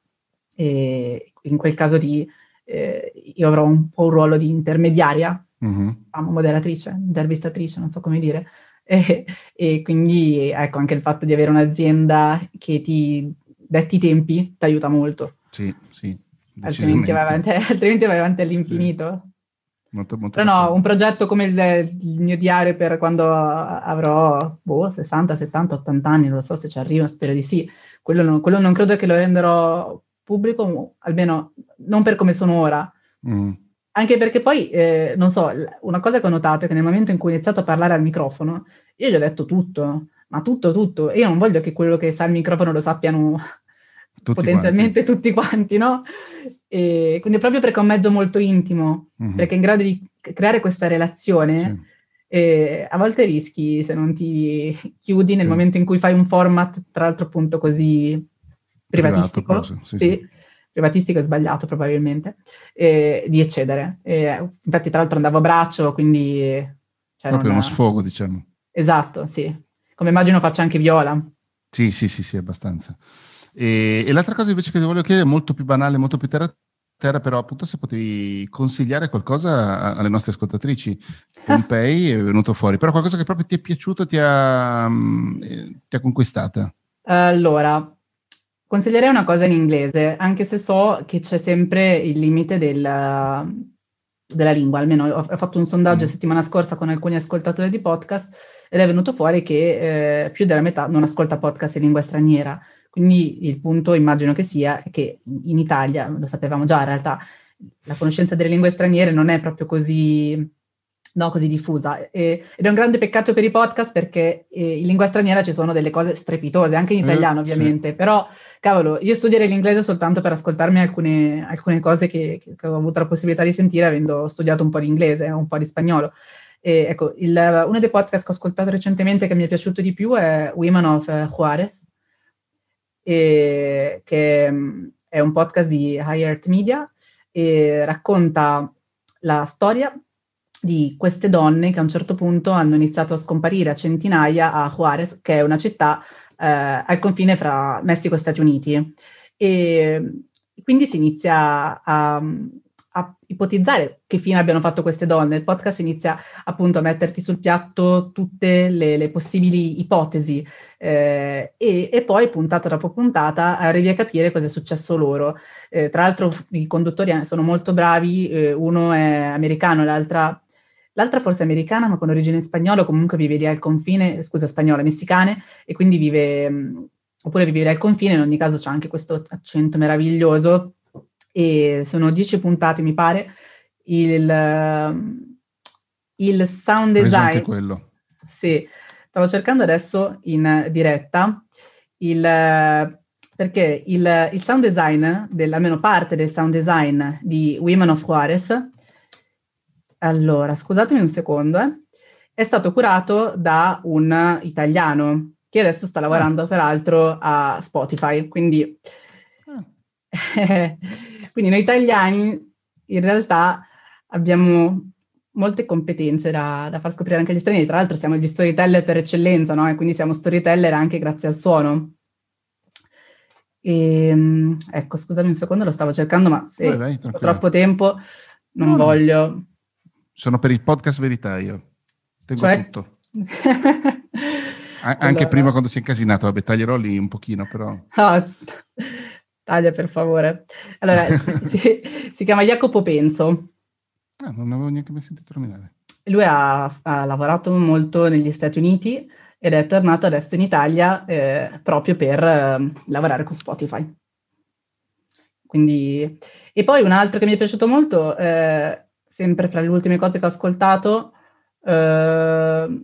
e in quel caso lì eh, io avrò un po' un ruolo di intermediaria, mm-hmm. moderatrice, intervistatrice, non so come dire. E, e quindi ecco, anche il fatto di avere un'azienda che ti detti i tempi ti aiuta molto. Sì, sì. Altrimenti vai avanti, altrimenti vai avanti all'infinito. Sì. Molto, molto Però no, un progetto come il, il mio diario per quando avrò boh, sessanta, settanta, ottanta anni, non lo so se ci arrivo, spero di sì. Quello non, quello non credo che lo renderò pubblico, almeno non per come sono ora. Mm. Anche perché poi, eh, non so, una cosa che ho notato è che nel momento in cui ho iniziato a parlare al microfono, io gli ho detto tutto, ma tutto, tutto. E io non voglio che quello che sa al microfono lo sappiano tutti potenzialmente quanti. tutti quanti, no? E quindi proprio perché è un mezzo molto intimo, mm-hmm. perché è in grado di creare questa relazione, sì. E a volte rischi se non ti chiudi nel sì. momento in cui fai un format, tra l'altro appunto così privatistico. Privato, sì, sì. Sì. privatistico è sbagliato probabilmente, eh, di eccedere. Eh, infatti tra l'altro andavo a braccio, quindi... Cioè, proprio non... uno sfogo, diciamo. Esatto, sì. Come immagino faccia anche Viola. Sì, sì, sì, sì, abbastanza. E, e l'altra cosa invece che ti voglio chiedere, molto più banale, molto più terra terra, però appunto se potevi consigliare qualcosa alle nostre ascoltatrici. Pompei è venuto fuori, però qualcosa che proprio ti è piaciuto, ti ha, ti ha conquistata. Allora... Consiglierei una cosa in inglese, anche se so che c'è sempre il limite del, della lingua. Almeno ho, ho fatto un sondaggio mm. settimana scorsa con alcuni ascoltatori di podcast ed è venuto fuori che eh, più della metà non ascolta podcast in lingua straniera. Quindi il punto immagino che sia che in Italia, lo sapevamo già in realtà, la conoscenza delle lingue straniere non è proprio così... no, così diffusa. E, ed è un grande peccato per i podcast perché eh, in lingua straniera ci sono delle cose strepitose, anche in italiano eh, ovviamente, sì. Però, cavolo, io studierei l'inglese soltanto per ascoltarmi alcune, alcune cose che, che ho avuto la possibilità di sentire avendo studiato un po' di inglese, un po' di spagnolo. E, ecco, il, uno dei podcast che ho ascoltato recentemente che mi è piaciuto di più è Women of Juarez, e, che è un podcast di High Art Media e racconta la storia di queste donne che a un certo punto hanno iniziato a scomparire a centinaia a Juarez, che è una città eh, al confine fra Messico e Stati Uniti. E quindi si inizia a, a ipotizzare che fine abbiano fatto queste donne. Il podcast inizia appunto a metterti sul piatto tutte le, le possibili ipotesi eh, e, e poi puntata dopo puntata arrivi a capire cosa è successo loro. Eh, tra l'altro i conduttori sono molto bravi, eh, uno è americano, l'altra L'altra forse è americana, ma con origine spagnola, comunque vive lì al confine, scusa, spagnola, messicane, e quindi vive, mh, oppure vive lì al confine, in ogni caso c'è anche questo accento meraviglioso, e sono dieci puntate, mi pare. Il, uh, il sound design... anche quello. Sì, stavo cercando adesso in diretta, il, uh, perché il, il sound design, del, almeno parte del sound design di Women of Juarez, allora, scusatemi un secondo, eh. È stato curato da un italiano che adesso sta lavorando ah. peraltro a Spotify, quindi, ah. quindi noi italiani in realtà abbiamo molte competenze da, da far scoprire anche agli stranieri. Tra l'altro siamo gli storyteller per eccellenza, no? E quindi siamo storyteller anche grazie al suono. E, ecco, scusami un secondo, lo stavo cercando, ma se vai, vai, ho troppo tempo non no, voglio... No. Sono per il podcast verità io, tengo cioè... tutto. An- anche allora... prima quando si è incasinato, vabbè, taglierò lì un pochino però. Oh, taglia per favore. Allora, si, si chiama Jacopo Penzo. Ah, non avevo neanche mai sentito nominare. Lui ha, ha lavorato molto negli Stati Uniti ed è tornato adesso in Italia eh, proprio per eh, lavorare con Spotify. quindi... E poi un altro che mi è piaciuto molto, eh, sempre fra le ultime cose che ho ascoltato, eh,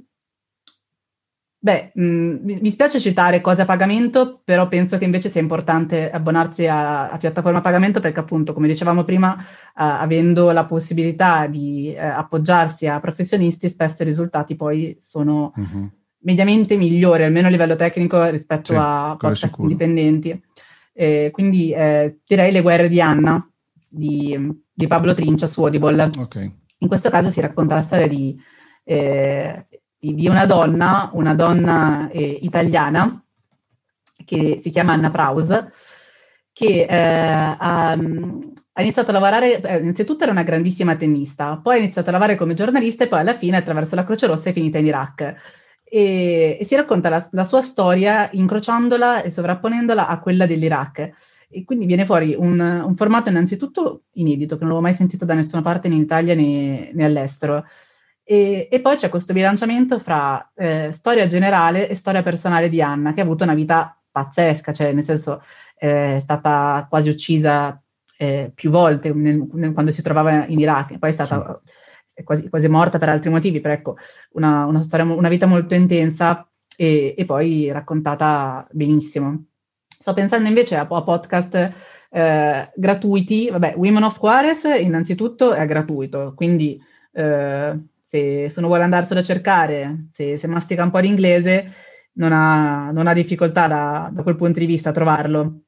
beh, mh, mi, mi spiace citare cose a pagamento, però penso che invece sia importante abbonarsi a, a piattaforma a pagamento perché appunto, come dicevamo prima, eh, avendo la possibilità di eh, appoggiarsi a professionisti, spesso i risultati poi sono uh-huh. mediamente migliori, almeno a livello tecnico, rispetto Sì, a quello podcast sicuro. indipendenti. Eh, quindi eh, direi Le guerre di Anna di, di Pablo Trincia su Audible. Ok. In questo caso si racconta la storia di, eh, di, di una donna, una donna eh, italiana che si chiama Anna Praus, che eh, ha, ha iniziato a lavorare, eh, innanzitutto era una grandissima tennista, poi ha iniziato a lavorare come giornalista e poi alla fine attraverso la Croce Rossa è finita in Iraq. E, e si racconta la, la sua storia incrociandola e sovrapponendola a quella dell'Iraq. E quindi viene fuori un, un formato innanzitutto inedito, che non l'avevo mai sentito da nessuna parte né in Italia né, né all'estero. E, e poi c'è questo bilanciamento fra eh, storia generale e storia personale di Anna, che ha avuto una vita pazzesca, cioè nel senso eh, è stata quasi uccisa eh, più volte nel, nel, quando si trovava in Iraq, poi è stata sì. è quasi, quasi morta per altri motivi, però ecco, una, una, storia, una vita molto intensa e, e poi raccontata benissimo. Sto pensando invece a, a podcast eh, gratuiti. Vabbè, Women of Juarez innanzitutto è gratuito, quindi eh, se, se uno vuole andarselo a cercare, se, se mastica un po' di inglese, non ha, non ha difficoltà da, da quel punto di vista a trovarlo.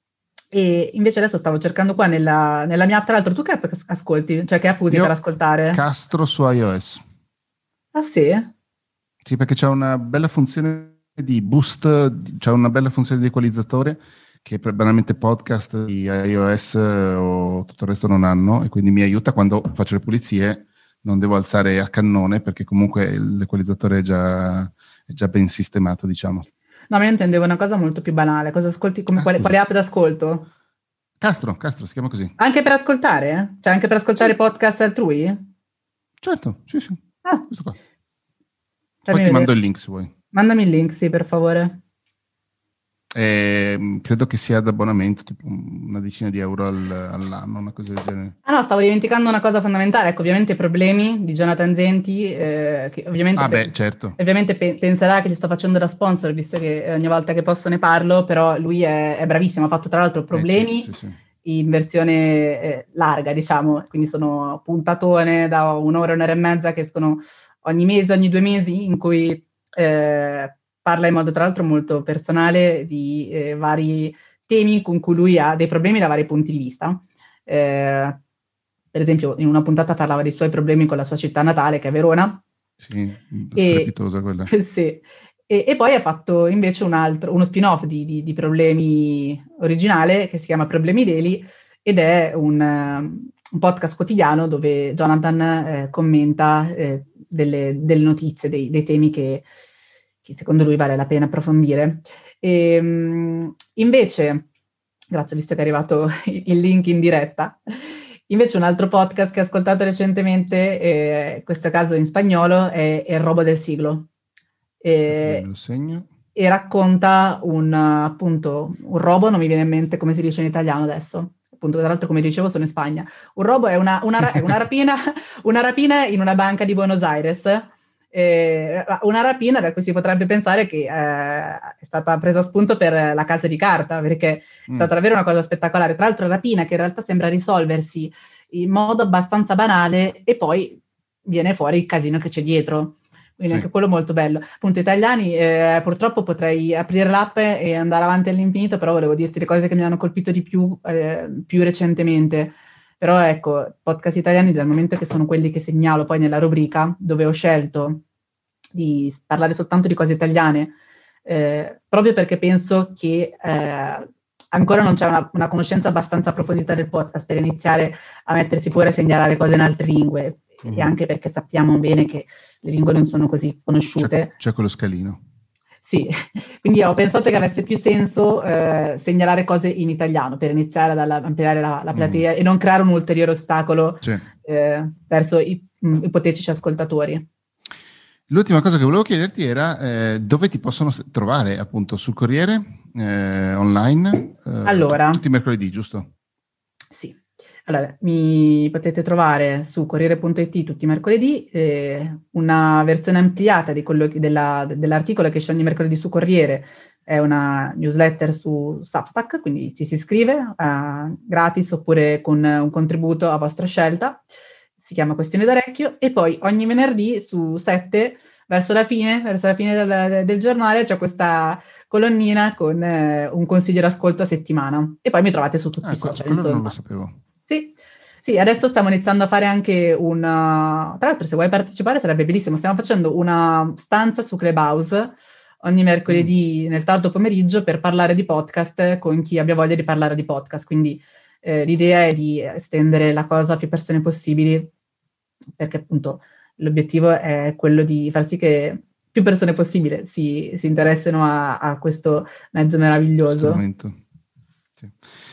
E invece adesso stavo cercando qua nella, nella mia app, tra l'altro tu che app ascolti? Cioè che app usi Io per ascoltare? Castro su iOS. Ah sì? Sì, perché c'è una bella funzione di boost, c'è una bella funzione di equalizzatore che banalmente podcast di iOS o tutto il resto non hanno, e quindi mi aiuta quando faccio le pulizie, non devo alzare a cannone perché comunque l'equalizzatore è già, è già ben sistemato, diciamo. No, ma io intendevo una cosa molto più banale. Cosa ascolti? Come, ah, quale, quale app d'ascolto? Castro, Castro, si chiama così. Anche per ascoltare? Cioè anche per ascoltare sì. podcast altrui? Certo, sì, sì. Ah. Questo qua. Fammi Poi ti vedere. mando il link se vuoi. Mandami il link, sì, per favore. Eh, credo che sia ad abbonamento, tipo una decina di euro al, all'anno, una cosa del genere. Ah no, stavo dimenticando una cosa fondamentale. Ecco, ovviamente Problemi di Jonathan Zenti, eh, che ovviamente, ah, pe- beh, certo. ovviamente pe- penserà che gli sto facendo da sponsor, visto che ogni volta che posso ne parlo, però lui è, è bravissimo, ha fatto tra l'altro Problemi eh, sì, sì, sì. in versione eh, larga, diciamo, quindi sono puntatone da un'ora, un'ora e mezza che escono ogni mese, ogni due mesi, in cui eh, parla in modo tra l'altro molto personale di eh, vari temi con cui lui ha dei problemi da vari punti di vista. Eh, per esempio, in una puntata parlava dei suoi problemi con la sua città natale, che è Verona. Sì, strepitosa quella. Sì. E, e poi ha fatto invece un altro, uno spin-off di, di, di Problemi originale, che si chiama Problemi Daily, ed è un, un podcast quotidiano dove Jonathan eh, commenta eh, delle, delle notizie, dei, dei temi che, che secondo lui vale la pena approfondire. E, invece, grazie, visto che è arrivato il link in diretta, invece un altro podcast che ho ascoltato recentemente, eh, in questo caso in spagnolo, è Il robo del siglo. E, okay, me lo segno. E racconta un, appunto, un robo, non mi viene in mente come si dice in italiano adesso, appunto, tra l'altro come dicevo sono in Spagna. Un robo è una, una, è una, rapina, una rapina in una banca di Buenos Aires. Eh, una rapina da cui si potrebbe pensare che eh, è stata presa a spunto per La casa di carta, perché mm. è stata davvero una cosa spettacolare. Tra l'altro rapina che in realtà sembra risolversi in modo abbastanza banale e poi viene fuori il casino che c'è dietro. Quindi sì. Anche quello molto bello. Appunto, italiani, eh, purtroppo potrei aprire l'app e andare avanti all'infinito, però volevo dirti le cose che mi hanno colpito di più, eh, più recentemente. Però ecco, podcast italiani dal momento che sono quelli che segnalo poi nella rubrica, dove ho scelto di parlare soltanto di cose italiane, eh, proprio perché penso che eh, ancora non c'è una, una conoscenza abbastanza approfondita del podcast per iniziare a mettersi pure a segnalare cose in altre lingue, mm-hmm. e anche perché sappiamo bene che le lingue non sono così conosciute. C'è, c'è quello scalino. Sì, quindi ho pensato che avesse più senso eh, segnalare cose in italiano per iniziare ad ampliare la, la platea mm. e non creare un ulteriore ostacolo sì. eh, verso i mh, ipotetici ascoltatori. L'ultima cosa che volevo chiederti era eh, dove ti possono trovare appunto sul Corriere, eh, online, eh, allora, tutti i mercoledì, giusto? Allora, mi potete trovare su Corriere punto it tutti i mercoledì, eh, una versione ampliata di quello che- della- dell'articolo che esce ogni mercoledì su Corriere, è una newsletter su Substack, quindi ci si iscrive eh, gratis oppure con un contributo a vostra scelta, si chiama Questione d'Orecchio, e poi ogni venerdì su sette, verso la fine, verso la fine del, del giornale, c'è questa colonnina con eh, un consiglio d'ascolto a settimana, e poi mi trovate su tutti Ah, i que- social, quello non lo insomma. sapevo. Sì, sì, adesso stiamo iniziando a fare anche una... Tra l'altro, se vuoi partecipare sarebbe bellissimo. Stiamo facendo una stanza su Clubhouse ogni Mm. mercoledì nel tardo pomeriggio per parlare di podcast con chi abbia voglia di parlare di podcast. Quindi eh, l'idea è di estendere la cosa a più persone possibili, perché appunto l'obiettivo è quello di far sì che più persone possibile si, si interessino a, a questo mezzo meraviglioso. Strumento. Sì.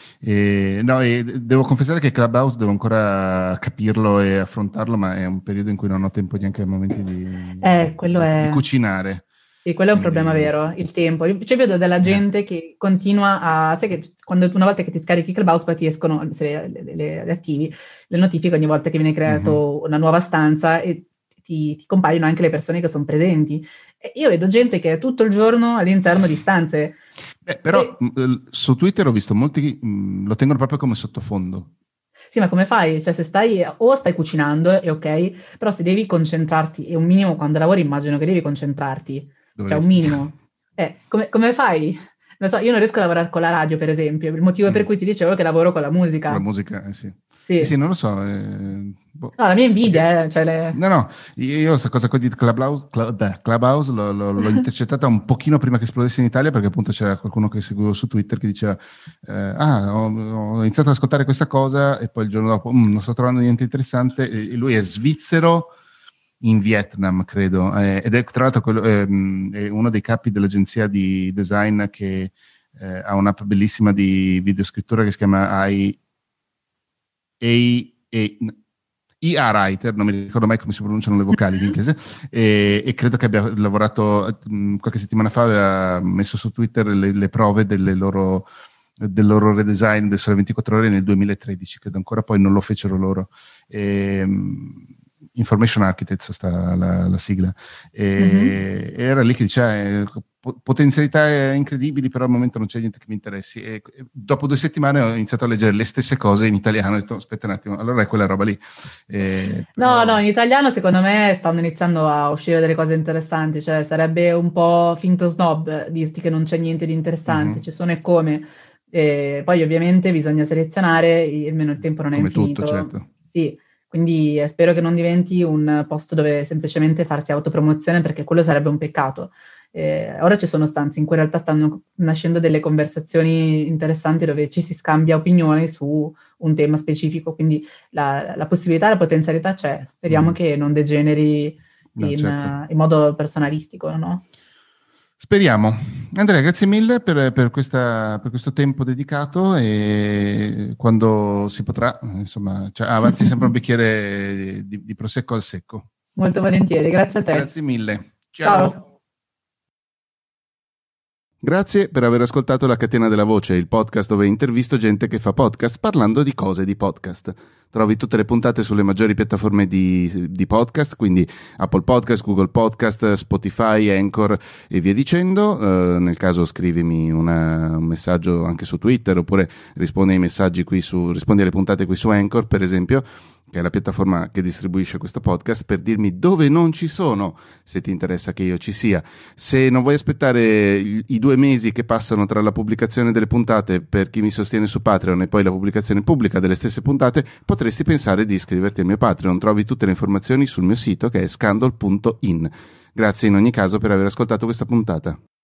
E, no, e devo confessare che Clubhouse devo ancora capirlo e affrontarlo, ma è un periodo in cui non ho tempo neanche ai momenti di, Eh, quello di- di è... cucinare. Sì, quello è un problema Quindi, vero, il tempo. Io cioè, vedo della eh. gente che continua a... Sai che quando una volta che ti scarichi Clubhouse poi ti escono, se le, le- le- le attivi, le notifiche ogni volta che viene Mhm. creato una nuova stanza e ti, ti compaiono anche le persone che sono presenti. E io vedo gente che è tutto il giorno all'interno di stanze. Beh, però E- mh, eh, su Twitter ho visto molti mh, lo tengono proprio come sottofondo. sì, ma come fai? Cioè, se stai o stai cucinando, è ok, però se devi concentrarti, e un minimo quando lavori immagino che devi concentrarti, cioè un Dovresti. minimo. Eh, come, come fai? Non so, io non riesco a lavorare con la radio, per esempio, il motivo per Mm. cui ti dicevo è che lavoro con la Con la musica. musica, eh sì. Sì, sì, Sì. non lo so. eh, boh. No, la mia Perché- invidia, eh, cioè le... No, no, io questa cosa qua di Clubhouse, Clu- beh, Clubhouse l'ho, l'ho- l'ho intercettata un pochino prima che esplodesse in Italia, perché appunto c'era qualcuno che seguivo su Twitter che diceva eh, ah, ho, ho iniziato ad ascoltare questa cosa e poi il giorno dopo "Mm, non sto trovando niente interessante", e, e lui è svizzero in Vietnam, credo, eh, ed è tra l'altro quello- ehm, è uno dei capi dell'agenzia di design che eh, ha un'app bellissima di videoscrittura che si chiama I, A, A, I A Writer, non mi ricordo mai come si pronunciano le vocali in inglese, e, e credo che abbia lavorato mh, qualche settimana fa, aveva messo su Twitter le, le prove delle loro, del loro redesign del Sole ventiquattro Ore nel duemilatredici, credo ancora, poi non lo fecero loro. E, mh, Information Architects sta la, la sigla, Mhm. e, e era lì che diceva eh, po- potenzialità incredibili, però al momento non c'è niente che mi interessi, e, e dopo due settimane ho iniziato a leggere le stesse cose in italiano, ho detto aspetta un attimo, allora è quella roba lì. Eh, No, no, però in italiano secondo me stanno iniziando a uscire delle cose interessanti, cioè sarebbe un po' finto snob dirti che non c'è niente di interessante, mhm, ci sono e come. E poi ovviamente bisogna selezionare, almeno il tempo non è come tutto, infinito. certo. Sì, quindi eh, spero che non diventi un posto dove semplicemente farsi autopromozione, perché quello sarebbe un peccato. Eh, ora ci sono stanze in cui in realtà stanno nascendo delle conversazioni interessanti dove ci si scambia opinioni su un tema specifico, quindi la, la possibilità, la potenzialità c'è. Speriamo Mhm. che non degeneri No, in, certo. eh, in modo personalistico, no? Speriamo. Andrea, grazie mille per, per questa- per questo tempo dedicato, e quando si potrà, eh, insomma, cioè, avanzi sempre un bicchiere di, di prosecco al secco. Molto volentieri, grazie a te. Grazie mille. Ciao. Ciao. Grazie per aver ascoltato La Catena della Voce, il podcast dove intervisto gente che fa podcast parlando di cose di podcast. Trovi tutte le puntate sulle maggiori piattaforme di, di podcast, quindi Apple Podcast, Google Podcast, Spotify, Anchor e via dicendo. Uh, nel caso scrivimi una, un messaggio anche su Twitter, oppure rispondi ai messaggi qui su, rispondi alle puntate qui su Anchor, per esempio, che è la piattaforma che distribuisce questo podcast, per dirmi dove non ci sono, se ti interessa che io ci sia. Se non vuoi aspettare i, i due mesi che passano tra la pubblicazione delle puntate per chi mi sostiene su Patreon e poi la pubblicazione pubblica delle stesse puntate, potresti pensare di iscriverti al mio Patreon. Trovi tutte le informazioni sul mio sito, che è scandal punto in. Grazie in ogni caso per aver ascoltato questa puntata.